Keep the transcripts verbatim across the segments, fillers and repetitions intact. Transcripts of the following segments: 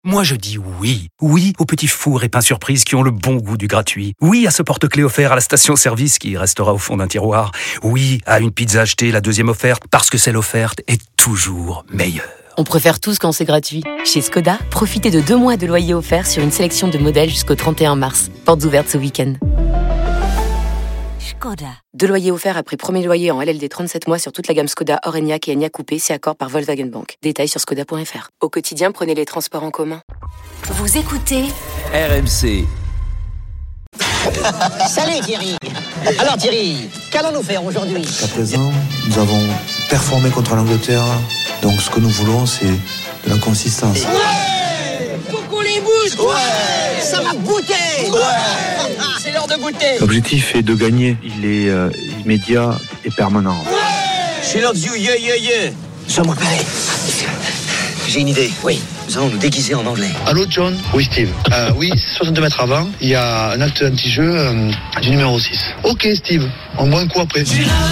Moi je dis oui. Oui aux petits fours et pains surprises qui ont le bon goût du gratuit. Oui à ce porte-clés offert à la station-service qui restera au fond d'un tiroir. Oui à une pizza achetée, la deuxième offerte, parce que celle offerte est toujours meilleure. On préfère tous quand c'est gratuit. Chez Skoda, profitez de deux mois de loyer offert sur une sélection de modèles jusqu'au trente et un mars. Portes ouvertes ce week-end. Skoda. Deux loyers offerts après premier loyer en L L D trente-sept mois sur toute la gamme Skoda, Orenia et Enyaq Coupé, c'est accord par Volkswagen Bank. Détails sur skoda point f r. Au quotidien, prenez les transports en commun. Vous écoutez R M C. Salut Thierry. Alors Thierry, qu'allons-nous faire aujourd'hui? À présent, nous avons performé contre l'Angleterre. Donc ce que nous voulons, c'est de la consistance. Ouais! Faut qu'on les bouge! Ouais! Ça va bouter! Ouais! C'est l'heure de bouter! L'objectif est de gagner. Il est euh, immédiat et permanent. Ouais! She loves you, yeah, yeah, yeah! Sommes préparés. J'ai une idée. Oui. Nous allons nous déguiser en anglais. Allô John? Oui Steve. Euh, oui, soixante-deux mètres avant, il y a un acte anti-jeu euh, du numéro six. Ok Steve, on boit un coup après.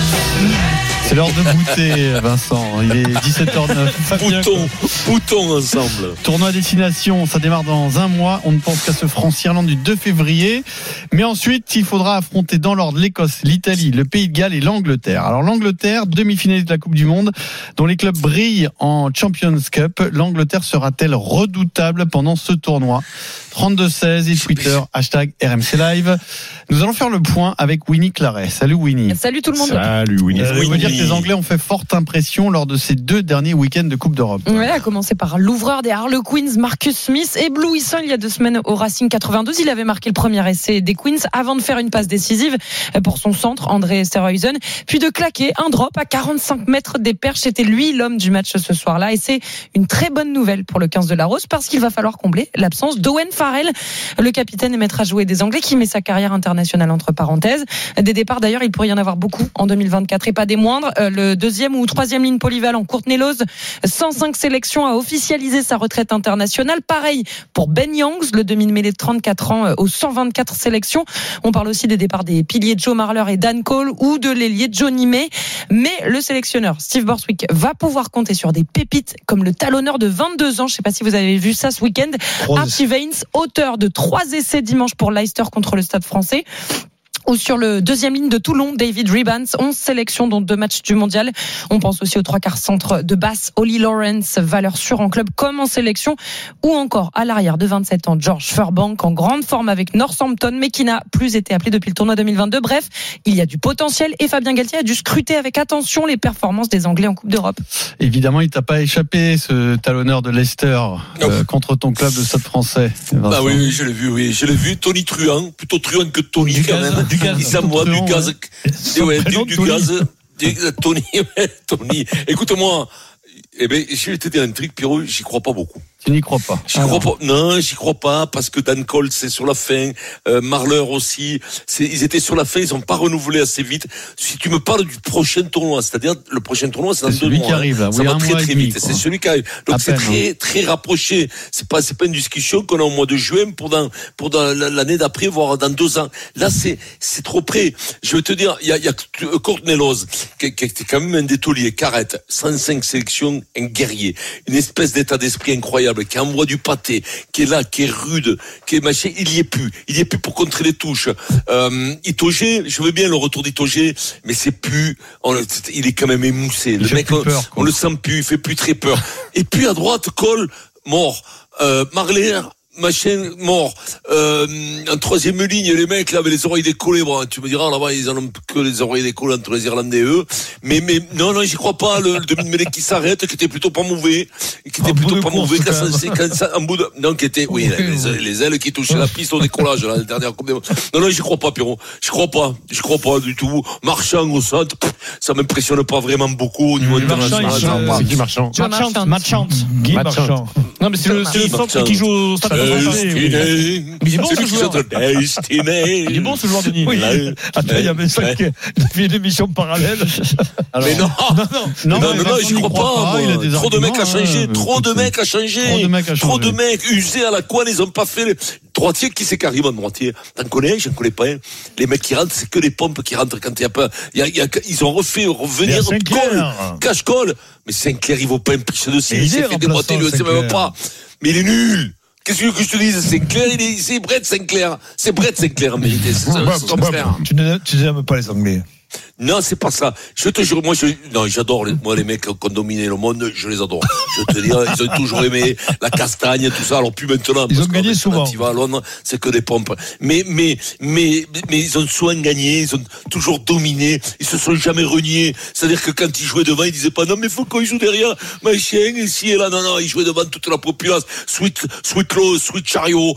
C'est l'heure de bouter, Vincent. Il est dix-sept heures neuf. Boutons, boutons ensemble. Tournoi à destination, ça démarre dans un mois. On ne pense qu'à ce France-Irlande du deux février. Mais ensuite, il faudra affronter dans l'ordre l'Écosse, l'Italie, le Pays de Galles et l'Angleterre. Alors l'Angleterre, demi-finaliste de la Coupe du Monde, dont les clubs brillent en Champions Cup. L'Angleterre sera-t-elle redoutable pendant ce tournoi? trente-deux seize et Twitter, hashtag R M C Live. Nous allons faire le point avec Winnie Claret. Salut Winnie. Salut tout le monde. Salut Winnie. Euh, Winnie. Dire que les Anglais ont fait forte impression lors de ces deux derniers week-ends de Coupe d'Europe. Oui, à commencer par l'ouvreur des Harlequins, Marcus Smith, éblouissant il y a deux semaines au Racing quatre-vingt-douze. Il avait marqué le premier essai des Queens avant de faire une passe décisive pour son centre, André Sterhuisen, puis de claquer un drop à quarante-cinq mètres des perches. C'était lui l'homme du match ce soir-là et c'est une très bonne nouvelle pour le quinze de la Rose parce qu'il va falloir combler l'absence d'Owen Farrell, le capitaine et maître à jouer des Anglais qui met sa carrière internationale entre parenthèses. Des départs d'ailleurs, il pourrait y en avoir beaucoup en deux mille vingt-quatre et pas des moindres. Le deuxième ou troisième ligne polyvalent, Courtney Lawes, cent cinq sélections, a officialisé sa retraite internationale. Pareil pour Ben Youngs, le demi-mêlée de trente-quatre ans aux cent vingt-quatre sélections. On parle aussi des départs des piliers Joe Marler et Dan Cole ou de l'ailier Johnny May. Mais le sélectionneur Steve Borthwick va pouvoir compter sur des pépites comme le talonneur de vingt-deux ans. Je ne sais pas si vous avez vu ça ce week-end. Archie Vaines, auteur de trois essais dimanche pour Leicester contre le Stade français. Ou sur le deuxième ligne de Toulon, David Ribans, onze sélections dont deux matchs du mondial. On pense aussi aux trois quarts centre de Bath, Ollie Lawrence, valeur sûre en club comme en sélection. Ou encore à l'arrière de vingt-sept ans, George Furbank en grande forme avec Northampton, mais qui n'a plus été appelé depuis le tournoi deux mille vingt-deux. Bref, il y a du potentiel et Fabien Galtier a dû scruter avec attention les performances des Anglais en Coupe d'Europe. Évidemment, il t'a pas échappé ce talonneur de Leicester euh, contre ton club de Stade français. Vincent. Bah oui, oui, je l'ai vu, oui, je l'ai vu. Tony Truant, plutôt Truant que Tony du quand gaz, même. Du gaz, il s'envoie du gaz, ouais. ouais, du, Prénom, du Tony. gaz, du, Tony, ouais, Tony. Écoute-moi, eh ben, je vais te dire un truc, Pierrot, j'y crois pas beaucoup. Tu n'y crois pas? J'y crois pas. Non, j'y crois pas parce que Dan Cole c'est sur la fin, euh, Marler aussi. C'est, ils étaient sur la fin, ils ont pas renouvelé assez vite. Si tu me parles du prochain tournoi, c'est-à-dire le prochain tournoi, c'est dans c'est deux celui mois. qui arrive, là. Ça Oui, va un très mois très et demi, vite. quoi. C'est celui qui arrive. Donc à c'est peine, très hein. très rapproché. C'est pas c'est pas une discussion qu'on a au mois de juin pour dans pour dans l'année d'après, voire dans deux ans. Là c'est c'est trop près. Je vais te dire, il y a il y a Courtney Lawes qui, qui était quand même un des tauliers. Carrette, cent cinq sélections, un guerrier, une espèce d'état d'esprit incroyable, qui envoie du pâté, qui est là, qui est rude, qui est machin, il y est plus. Il y est plus pour contrer les touches. Euh, Itoge, je veux bien le retour d'Itoge, mais c'est plus, on, il est quand même émoussé. Le mec, on, peur, on le sent plus, il fait plus très peur. Et puis à droite, Cole, mort. Euh, Marler, machin, mort. Euh, en troisième ligne, les mecs, là, avec les oreilles décollées, bon, tu me diras, là-bas, ils en ont que les oreilles décollées entre les Irlandais et eux. Mais, mais, non, non, j'y crois pas, le, le demi-mêlée qui s'arrête, qui était plutôt pas mauvais, qui était en plutôt pas mauvais, quand ça, quand ça, en bout de, non, qui était, oui, les, les ailes qui touchaient la piste au décollage, là, la dernière Coupe des Mondes. Non, non, j'y crois pas, Pierrot. J'y crois pas. J'y crois pas du tout. Marchand au centre, ça m'impressionne pas vraiment beaucoup au niveau international. C'est qui Marchand? Marchand. Marchand. Guy Marchand. Non, mais c'est le, c'est le centre qui joue au Stade français. Il est bon ce joueur. Il est bon ce joueur de Nîmes. Oui. Attends, il y avait ça qui a fait une émission parallèle. Alors, mais non, non, non, non, non, non, j'y crois pas. pas. Il a trop de mecs à changer, euh, trop de mecs à changer, trop de mecs à changer, trop de mecs usés à la couenne, ils ont pas fait les droitiers. Qui c'est qui arrive en droitier? T'en connais? Je ne connais pas. Les mecs qui rentrent, c'est que les pompes qui rentrent quand il y a pas. Il y a, il y a, ils ont refait revenir Cole, cache Cole. Mais Sinclair, il vaut pas un prix de six. Il s'est fait déboîter, lui, c'est même pas. Mais il est nul. Qu'est-ce que je te dise? Sinclair, il est, c'est Brett Sinclair. C'est Brett Sinclair, en vérité. C'est bah, son bah, frère. Tu n'aimes pas les Anglais. Non, c'est pas ça. Je te jure, moi, je, non, j'adore les, moi, les mecs qui ont dominé le monde, je les adore. Je te dis, ils ont toujours aimé la castagne, tout ça. Alors, plus maintenant. Ils ont gagné souvent. Tu vas à Londres, c'est que des pompes. Mais, mais, mais, mais, ils ont souvent gagné, ils ont toujours dominé, ils se sont jamais reniés. C'est-à-dire que quand ils jouaient devant, ils disaient pas, non, mais faut qu'on joue derrière, machin, ici et là. Non, non, ils jouaient devant toute la populace. Sweet, Sweet Law, Sweet Chariot,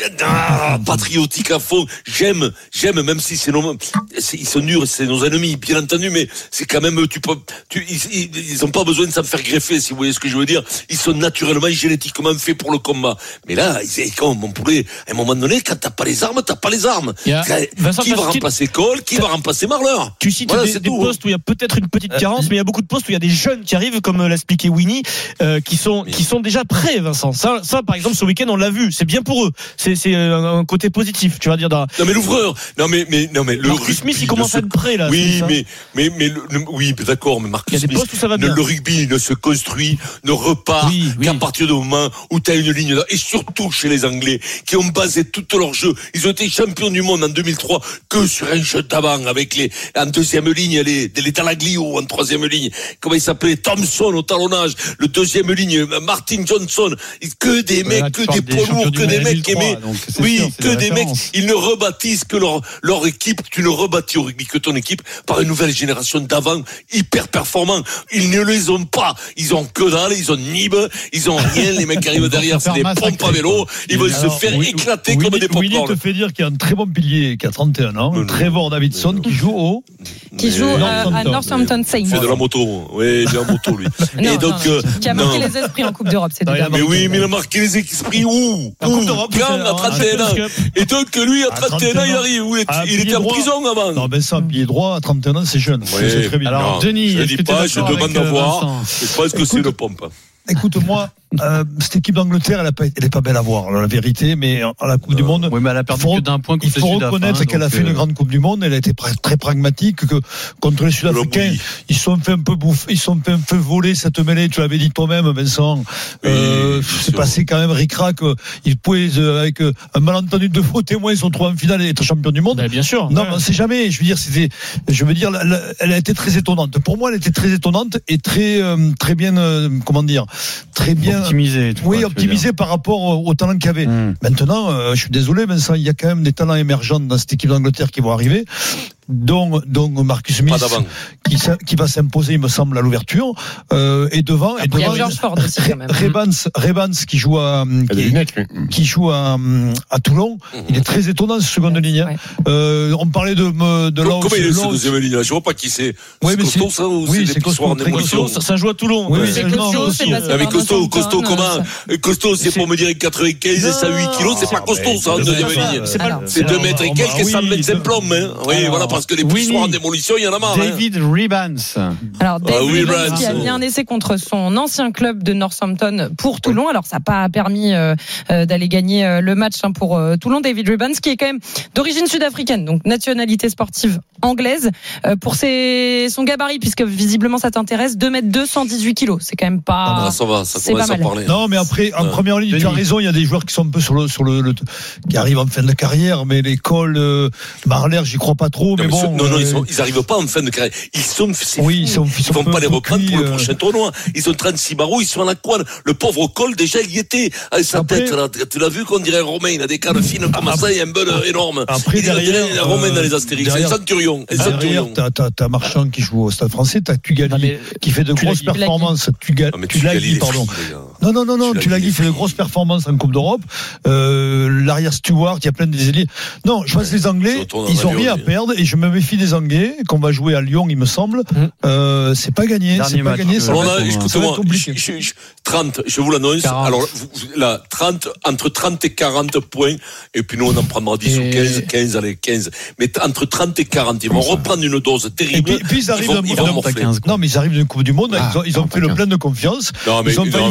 ah, patriotique à fond. J'aime, j'aime, même si c'est nos, c'est, ils sont durs, c'est nos ennemis. Bien entendu, mais c'est quand même, tu peux, tu, ils, ils ont pas besoin de s'en faire greffer, si vous voyez ce que je veux dire. Ils sont naturellement, génétiquement faits pour le combat. Mais là, ils, comme mon poulet, à un moment donné, quand t'as pas les armes, t'as pas les armes. A, Vincent, qui va remplacer Cole, qui va remplacer Marler? Tu cites voilà, des, des tout, postes où il y a peut-être une petite carence, euh, mais il y a beaucoup de postes où il y a des jeunes qui arrivent, comme l'a expliqué Winnie, euh, qui sont, mais... qui sont déjà prêts, Vincent. Ça, ça, par exemple, ce week-end, on l'a vu. C'est bien pour eux. C'est, c'est un, un côté positif, tu vas dire. Dans... Non, mais l'ouvreur. Non, mais, mais, non, mais le Marcus Smith, il commence à être prêt, là. Oui, mais, mais, mais, le, le, oui, d'accord, mais Marcus Smith, le, le rugby ne se construit, ne repart oui, oui. qu'à partir du moment où tu as une ligne, et surtout chez les Anglais, qui ont basé tout leur jeu. Ils ont été champions du monde en deux mille trois que sur un jeu d'avant, avec les, en deuxième ligne, les, les Talaglio, en troisième ligne, comment il s'appelait, Thompson au talonnage, le deuxième ligne, Martin Johnson, que des mecs, là, que des poids lourds, que des mecs qui aimaient, oui, sûr, que des mecs, ils ne rebâtissent que leur, leur équipe, tu ne rebâtis au rugby que ton équipe par une nouvelle génération d'avant, hyper performants. Ils ne les ont pas. Ils ont que dalle, ils ont Nib, ils ont rien. Les mecs qui arrivent derrière, c'est des pompes à vélo. Ils veulent se faire oui, éclater oui, comme oui, des popcorn. Willy te fait dire qu'il y a un très bon pilier qui a trente et un ans, euh, Trevor Davidson, qui joue au... Qui joue euh, à Northampton Saints. Il fait de la moto. Oui, il a la moto, lui. non, et donc, non, non. Qui a marqué non. les esprits en Coupe d'Europe. C'est mais oui, mais il a marqué les esprits où? En Coupe d'Europe. Quand, à trente et un ans. Et donc, lui, à trente et un ans, il arrive. Il était en prison avant. Non, ben ça, pilier droit, à trente et un ans, c'est jeune. C'est très bien. Alors, Denis, je ne dis pas, je demande d'avoir. Je pense que c'est le pompe. Écoute-moi, euh, cette équipe d'Angleterre, elle, a pas, elle est pas belle à voir, la vérité, mais à la Coupe euh, du Monde, oui, mais elle a perdu faut, que d'un point il faut reconnaître hein, qu'elle a fait euh... une grande Coupe du Monde. Elle a été pr- très pragmatique, que contre les Sud-Africains, ils sont fait un peu bouffer, ils sont fait un peu voler cette mêlée. Tu l'avais dit toi-même, Vincent. Oui, euh, c'est sûr. Passé quand même ric-rac. Ils pouvaient, euh, avec euh, un malentendu de faux témoins, ils sont trouvés en finale et être champions du monde. Ben, bien sûr. Non, ouais. mais c'est jamais. Je veux dire, c'était. Je veux dire, la, la, elle a été très étonnante. Pour moi, elle était très étonnante et très, euh, très bien. Euh, comment dire, très bien. Optimisé. Oui, optimisé par rapport au, au talent qu'il y avait. Mmh. Maintenant, euh, je suis désolé, Vincent, il y a quand même des talents émergents dans cette équipe d'Angleterre qui vont arriver. dont, dont Marcus Smith qui, qui va s'imposer, il me semble, à l'ouverture, euh, et devant, Après, et devant, il y a George Ford aussi, quand même. Rebans, Rebans qui joue à, qui, lunettes, qui joue à, à Toulon, mmh. il est très étonnant, ce seconde ligne. Ouais. Euh, on parlait de, de Laos. Comment il est ce deuxième ligne? Je vois pas qui c'est. Oui, c'est costaud, ça, ou oui, c'est, c'est costaud, des costaud, ça, ça joue à Toulon. Oui, ouais. c'est costaud, c'est pas mais costaud, costaud comment? Costaud, c'est pour me dire quatre-vingt-quinze et cent huit kilos, c'est pas costaud, ça, en deuxième ligne. C'est deux mètres et quelques et cent vingt-cinq plombes, hein. Oui, voilà, parce que les poussoirs en démolition, il y en a marre. David Rebans. Alors, David Rebans qui a bien essayé contre son ancien club de Northampton pour Toulon. Alors, ça n'a pas permis euh, d'aller gagner euh, le match hein, pour euh, Toulon. David Rebans qui est quand même d'origine sud-africaine, donc nationalité sportive anglaise. Euh, pour ses, son gabarit, puisque visiblement ça t'intéresse, deux mètres deux, cent dix-huit kilos. C'est quand même pas. Ah bah ça va, ça commence à parler. Non, mais après, en ouais. première ligne, Denis. Tu as raison, il y a des joueurs qui sont un peu sur le, sur le, le qui arrivent en fin de carrière, mais l'école, euh, Marler, j'y crois pas trop, mais, mais bon. Ce, non, non, euh, ils, sont, ils arrivent pas en fin de carrière. Ils sont, c'est oui, ils sont, ils, ils vont pas les reprendre pris, pour le prochain tournoi. Ils ont trente-six barreaux, ils sont à la couane. Le pauvre Cole, déjà, il y était. Avec sa après, tête, là. Tu l'as vu qu'on dirait un Romain, il a des cannes fines comme après, ça, il y a un bol énorme. Après, il derrière. Il y a un Romain dans les Astérix. C'est un centurion. Derrière, t'as, t'as, t'as Marchand qui joue au Stade français, t'as Tugali qui fait de grosses performances. Tugali, pardon. Non, non, non, non, Tugali fait de grosses performances en Coupe d'Europe. L'arrière Stewart, il y a plein des ailiers. Non, je pense que les Anglais, ils ont rien à perdre et je me méfie des Anglais qu'on va jouer à Lyon, il me semble. Euh, c'est pas gagné, c'est pas gagné. Ça va être compliqué. trente, je vous l'annonce. Alors là, trente, entre trente et quarante points. Et puis nous, on en prendra dix ou quinze, quinze, allez, quinze. Mais entre trente et quarante, ils vont reprendre une dose terrible. Et puis, puis ils arrivent ils vont, ils vont non, mais ils arrivent d'une Coupe du Monde. Ah, ils ont, ils ont fait le plein de confiance. Non, mais, ils ont non, mais faire moi,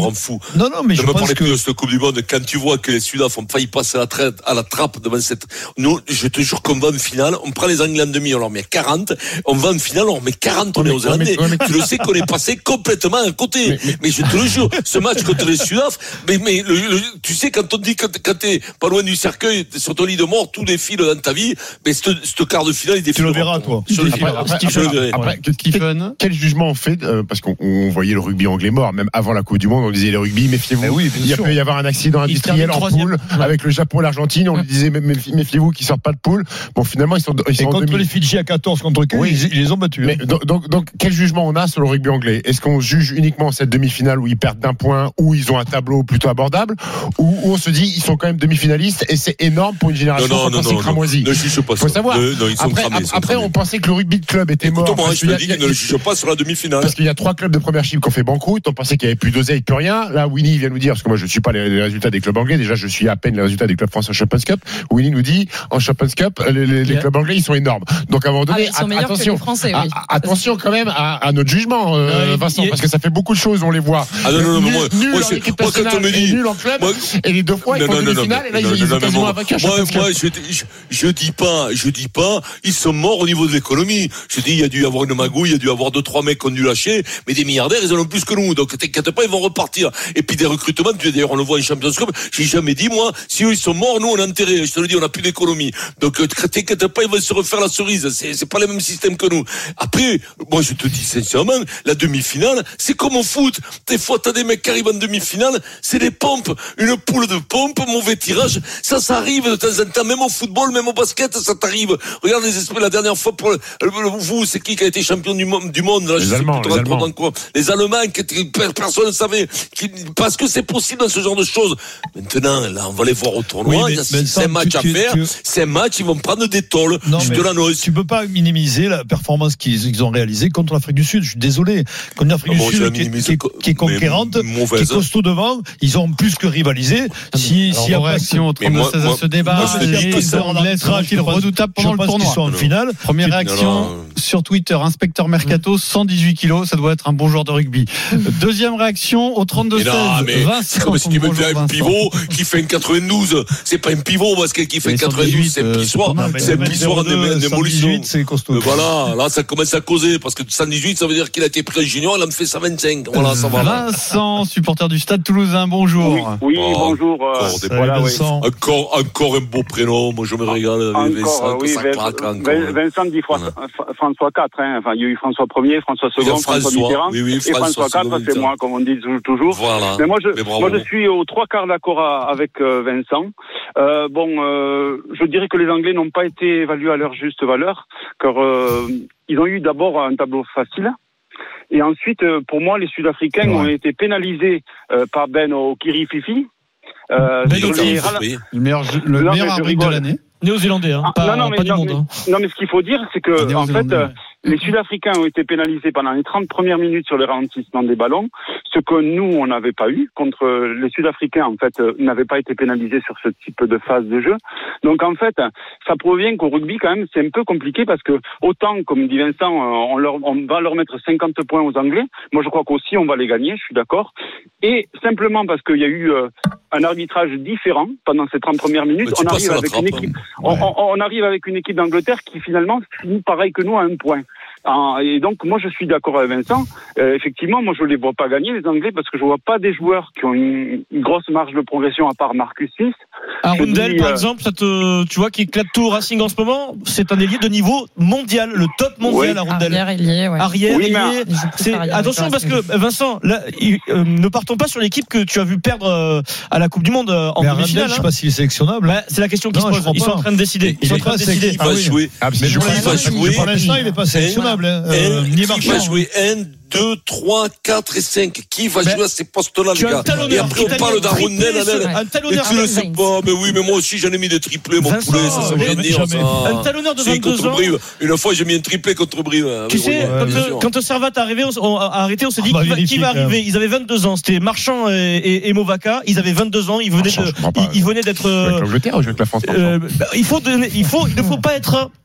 rend fou. Non, non, mais ne je me pense parlez que... plus de cette Coupe du Monde. Quand tu vois que les Sudaf ont failli passer à la, traite, à la trappe devant cette, nous, je te jure qu'on va en finale, on prend les Anglais en demi, on leur met quarante, on va en finale, on leur met quarante aux Néo-Zélandais. Tu le sais qu'on est passé complètement à côté. Mais, mais, mais je te le jure, ce match contre les Sudaf, mais, mais le, le, tu sais, quand on dit que quand t'es pas loin du cercueil, t'es sur ton lit de mort, tout défile dans ta vie, mais ce, ce quart de finale, il défile. Tu le verras, toi. Je après, après, après, je le verrai. Après, ouais. Quel, quel jugement on fait, euh, parce qu'on on voyait le rugby anglais mort, même avant la Coupe du Monde, on disait le rugby, méfiez-vous. Oui, il peut y avoir un accident industriel en poule, ouais. avec le Japon et l'Argentine, on lui disait méfiez-vous qu'ils sortent pas de poule. Bon, finalement, ils sont, ils sont et contre les Fidji à quatorze, contre quinze, oui. ils, ils les ont battus. Mais, donc, donc, donc, quel jugement on a sur le rugby anglais? Est-ce qu'on juge uniquement cette demi-finale où ils perdent d'un point, où ils ont un tableau plutôt abordable, ou où on se dit ils sont quand même demi-finalistes et c'est énorme pour une génération non, non, non, cramoisie? Ne juge pas. Faut savoir. Ne, non, ils sont après, cramés, ils sont après cramés. on pensait que le rugby de club était mort. Moi, je te dis, ne le juge pas sur la demi-finale. Parce qu'il y a trois clubs de première chip qui ont fait banqueroute. On pensait qu'il n'y avait plus d'oseille, plus rien. Là, Winnie vient nous dire, parce que moi je ne suis pas les, les résultats des clubs anglais. Déjà, je suis à peine les résultats des clubs français en Champions Cup. Winnie nous dit, en Champions Cup, les, les, les clubs anglais, ils sont énormes. Donc à un moment donné, ah, oui, attention, Français, oui. à, attention quand même à, à notre jugement, euh, Vincent, parce que ça fait beaucoup de choses, on les voit. Ah non, non, non, nul, moi, nul moi, en c'est, équipe moi, quand on me dit, nul en club, moi, et les deux fois, ils font demi-finale, et là, ils sont quasiment invaincus. Moi, moi, je, je, je dis pas, je dis pas, ils sont morts au niveau de l'économie. Je dis, il y a dû y avoir une magouille, il y a dû y avoir deux, trois mecs qui ont dû lâcher, mais des milliardaires, ils en ont plus que nous. Donc, t'inquiète pas, ils vont repartir. Et puis, des recrutements, d'ailleurs, on le voit en Champions Cup. J'ai jamais dit, moi, si eux, ils sont morts, nous, on a enterré. Je te le dis, on a plus d'économie. Donc, t'inquiète pas, ils vont se refaire la cerise. C'est, c'est pas le même système que nous. Après, moi, je te dis sincèrement, la demi-finale, c'est comme au foot. Des fois, t'as des mecs qui arrivent en demi-finale, c'est des pompes. Une poule de pompes, mauvais tirage. Ça, ça arrive de temps en temps. Même au football, même au basket, ça t'arrive. Regarde les esprits, la dernière fois, pour le, vous, c'est qui qui a été champion du monde, du monde, là, les je Allemands, sais plus les trop Allemands. dans quoi. Les Allemands, qui, personne ne savait. Qui, parce que c'est possible dans ce genre de choses. Maintenant, là, on va les voir au tournoi. Oui, mais, c'est, c'est un match tu, à tu, faire. Tu... C'est un match, ils vont prendre des tôles. Non, je te l'annonce. Tu peux pas minimiser la performance qu'ils, qu'ils ont réalisée contre l'Afrique du Sud. Je suis désolé. Contre l'Afrique ah, du Sud, qui, qui, est, qui est conquérante, qui est costaud devant, ils ont plus que rivalisé. Si, s'il y a réaction au trente-deux seize à ce débat, les Anglais sera-t-il redoutable pendant le tournoi? Ils sont en finale. Première réaction sur Twitter, inspecteur Mercato, cent dix-huit kilos, ça doit être un bon joueur de rugby. Deuxième réaction au trente-deux seize. C'est comme si tu me fais un pivot qui fait un quatre-vingt-douze. C'est pas un pivot parce qu'il fait un quatre-vingt-douze, c'est un pissoir. C'est un pissoir en démolition. C'est costaud. Voilà, là ça commence à causer parce que cent dix-huit, ça veut dire qu'il a été pris en junior, il en fait cent vingt-cinq. Voilà, ça va. Vincent, supporter du Stade Toulousain, bonjour. Oui, oui oh, bonjour. Euh, voilà, oui. Encore, encore un beau prénom. Moi, je me régale avec Vincent. Oui, ça craque encore. Vincent dit François, François quatre. Hein. Enfin, il y a eu François premier, François second, François, François Mitterrand. Oui, oui, et François quatre, c'est moi, comme on dit toujours. Voilà. Mais moi, je, Mais moi, je suis aux trois quarts d'accord avec euh, Vincent. Euh, bon, euh, je dirais que les Anglais n'ont pas été évalués à leur juste valeur, car euh, ils ont eu d'abord un tableau facile. Et ensuite, pour moi, les Sud-Africains ouais. ont été pénalisés euh, par Ben Okiri-Fifi. Euh, ben les... oui. Le meilleur, le non, meilleur arbitre de l'année. Néo-zélandais, hein, ah, pas, non, non, mais, pas non, du monde. Mais, hein. non, mais ce qu'il faut dire, c'est que, en fait, euh, les Sud-Africains ont été pénalisés pendant les trente premières minutes sur le ralentissement des ballons, ce que nous, on n'avait pas eu. Contre les Sud-Africains, en fait, euh, n'avaient pas été pénalisés sur ce type de phase de jeu. Donc, en fait, ça provient qu'au rugby, quand même, c'est un peu compliqué parce que, autant, comme dit Vincent, on, leur, on va leur mettre cinquante points aux Anglais. Moi, je crois qu'aussi, on va les gagner, je suis d'accord. Et simplement parce qu'il y a eu euh, un arbitrage différent pendant ces trente premières minutes, on arrive avec trappe, une équipe, hein. ouais. on, on arrive avec une équipe d'Angleterre qui finalement finit pareil que nous à un point. Et donc, moi, je suis d'accord avec Vincent. Euh, effectivement, moi, je les vois pas gagner, les Anglais, parce que je vois pas des joueurs qui ont une, une grosse marge de progression à part Marcus Smith. Arundel, par euh... exemple, ça te, tu vois, qui éclate tout au Racing en ce moment, c'est un ailier de niveau mondial, le top mondial, oui. Arundel. Arrière ailier, ouais. Arrière oui, ailier. C'est... Attention, parce que, Vincent, là, il, euh, ne partons pas sur l'équipe que tu as vu perdre euh, à la Coupe du Monde euh, en demi-finale. Je sais pas s'il est sélectionnable. Bah, c'est la question qui non, se pose. Ils sont en train de décider. Ils sont en train de décider. Il va jouer. Mais pour l'instant, il n'est pas sélectionnable. Euh, ni Marchand. Il va jouer un, deux, trois, quatre et cinq. Qui va jouer à ces postes-là, les gars? Et après, on parle d'Arundel. Un talonneur. Tu le sais pas, mais oui, mais moi aussi, j'en ai mis des triplés, mon poulet, ça, ça veut dire, ça. Un talonneur de vingt-deux ans. Une fois, j'ai mis un triplé contre Brive. Tu sais, quand Servat a arrivé, on a arrêté, on s'est dit qui va arriver. Ils avaient vingt-deux ans. C'était Marchand et Movaka. Ils avaient vingt-deux ans. Ils venaient de, ils venaient d'être. Avec l'Angleterre ou avec la France? Il faut, il faut, il ne faut pas être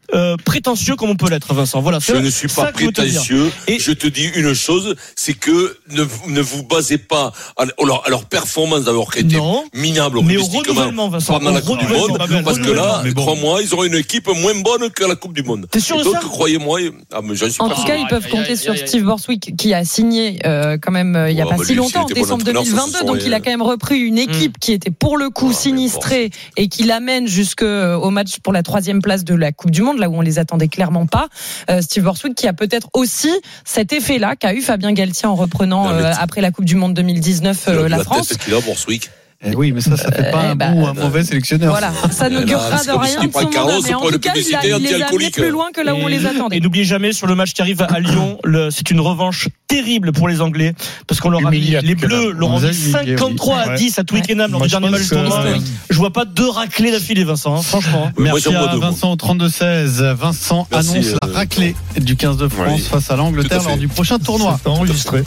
euh, prétentieux comme on peut l'être, Vincent. Voilà. Je ne suis pas prétentieux. Je, Et je te dis une chose, c'est que ne, ne vous basez pas à leur, à leur performance d'abord qui était non, minable mais au renouvellement, Vincent, pendant la Coupe du Monde, parce que là, bon. crois-moi, ils auront une équipe moins bonne que la Coupe du Monde. T'es sûr de donc, ça? croyez-moi, ah, mais j'en suis en pas tout cas, ils peuvent compter sur Steve Borswick qui a signé euh, quand même euh, il n'y a ouais, pas si longtemps, en décembre deux mille vingt-deux, donc il a quand même repris une équipe mmh. qui était pour le coup ouais, sinistrée et qui l'amène jusqu'au match pour la troisième place de la Coupe du Monde, là où on les attendait clairement pas. Euh, Steve Borswick qui a peut-être aussi cet effet-là qu'a eu Fabien Galtier en reprenant euh, après la Coupe du Monde deux mille dix-neuf euh, la, la France. Tête qu'il a, Borswick. Eh oui, mais ça, ça fait pas euh, un bah, bon ou un mauvais sélectionneur. Voilà, ça n'augurera de rien de son mandat, mais en tout cas, il, a, il les a amenés plus loin que là où on les attendait. Et n'oubliez jamais, sur le match qui arrive à Lyon, le, c'est une revanche terrible pour les Anglais, parce qu'on leur a mis, les Bleus leur ont mis cinquante-trois à dix à Twickenham lors du dernier match du tournoi. Je vois pas deux raclés d'affilée, Vincent, hein, franchement. Merci à Vincent au trente-deux seize. Vincent annonce la raclée du quinze de France face à l'Angleterre lors du prochain tournoi. Enregistré.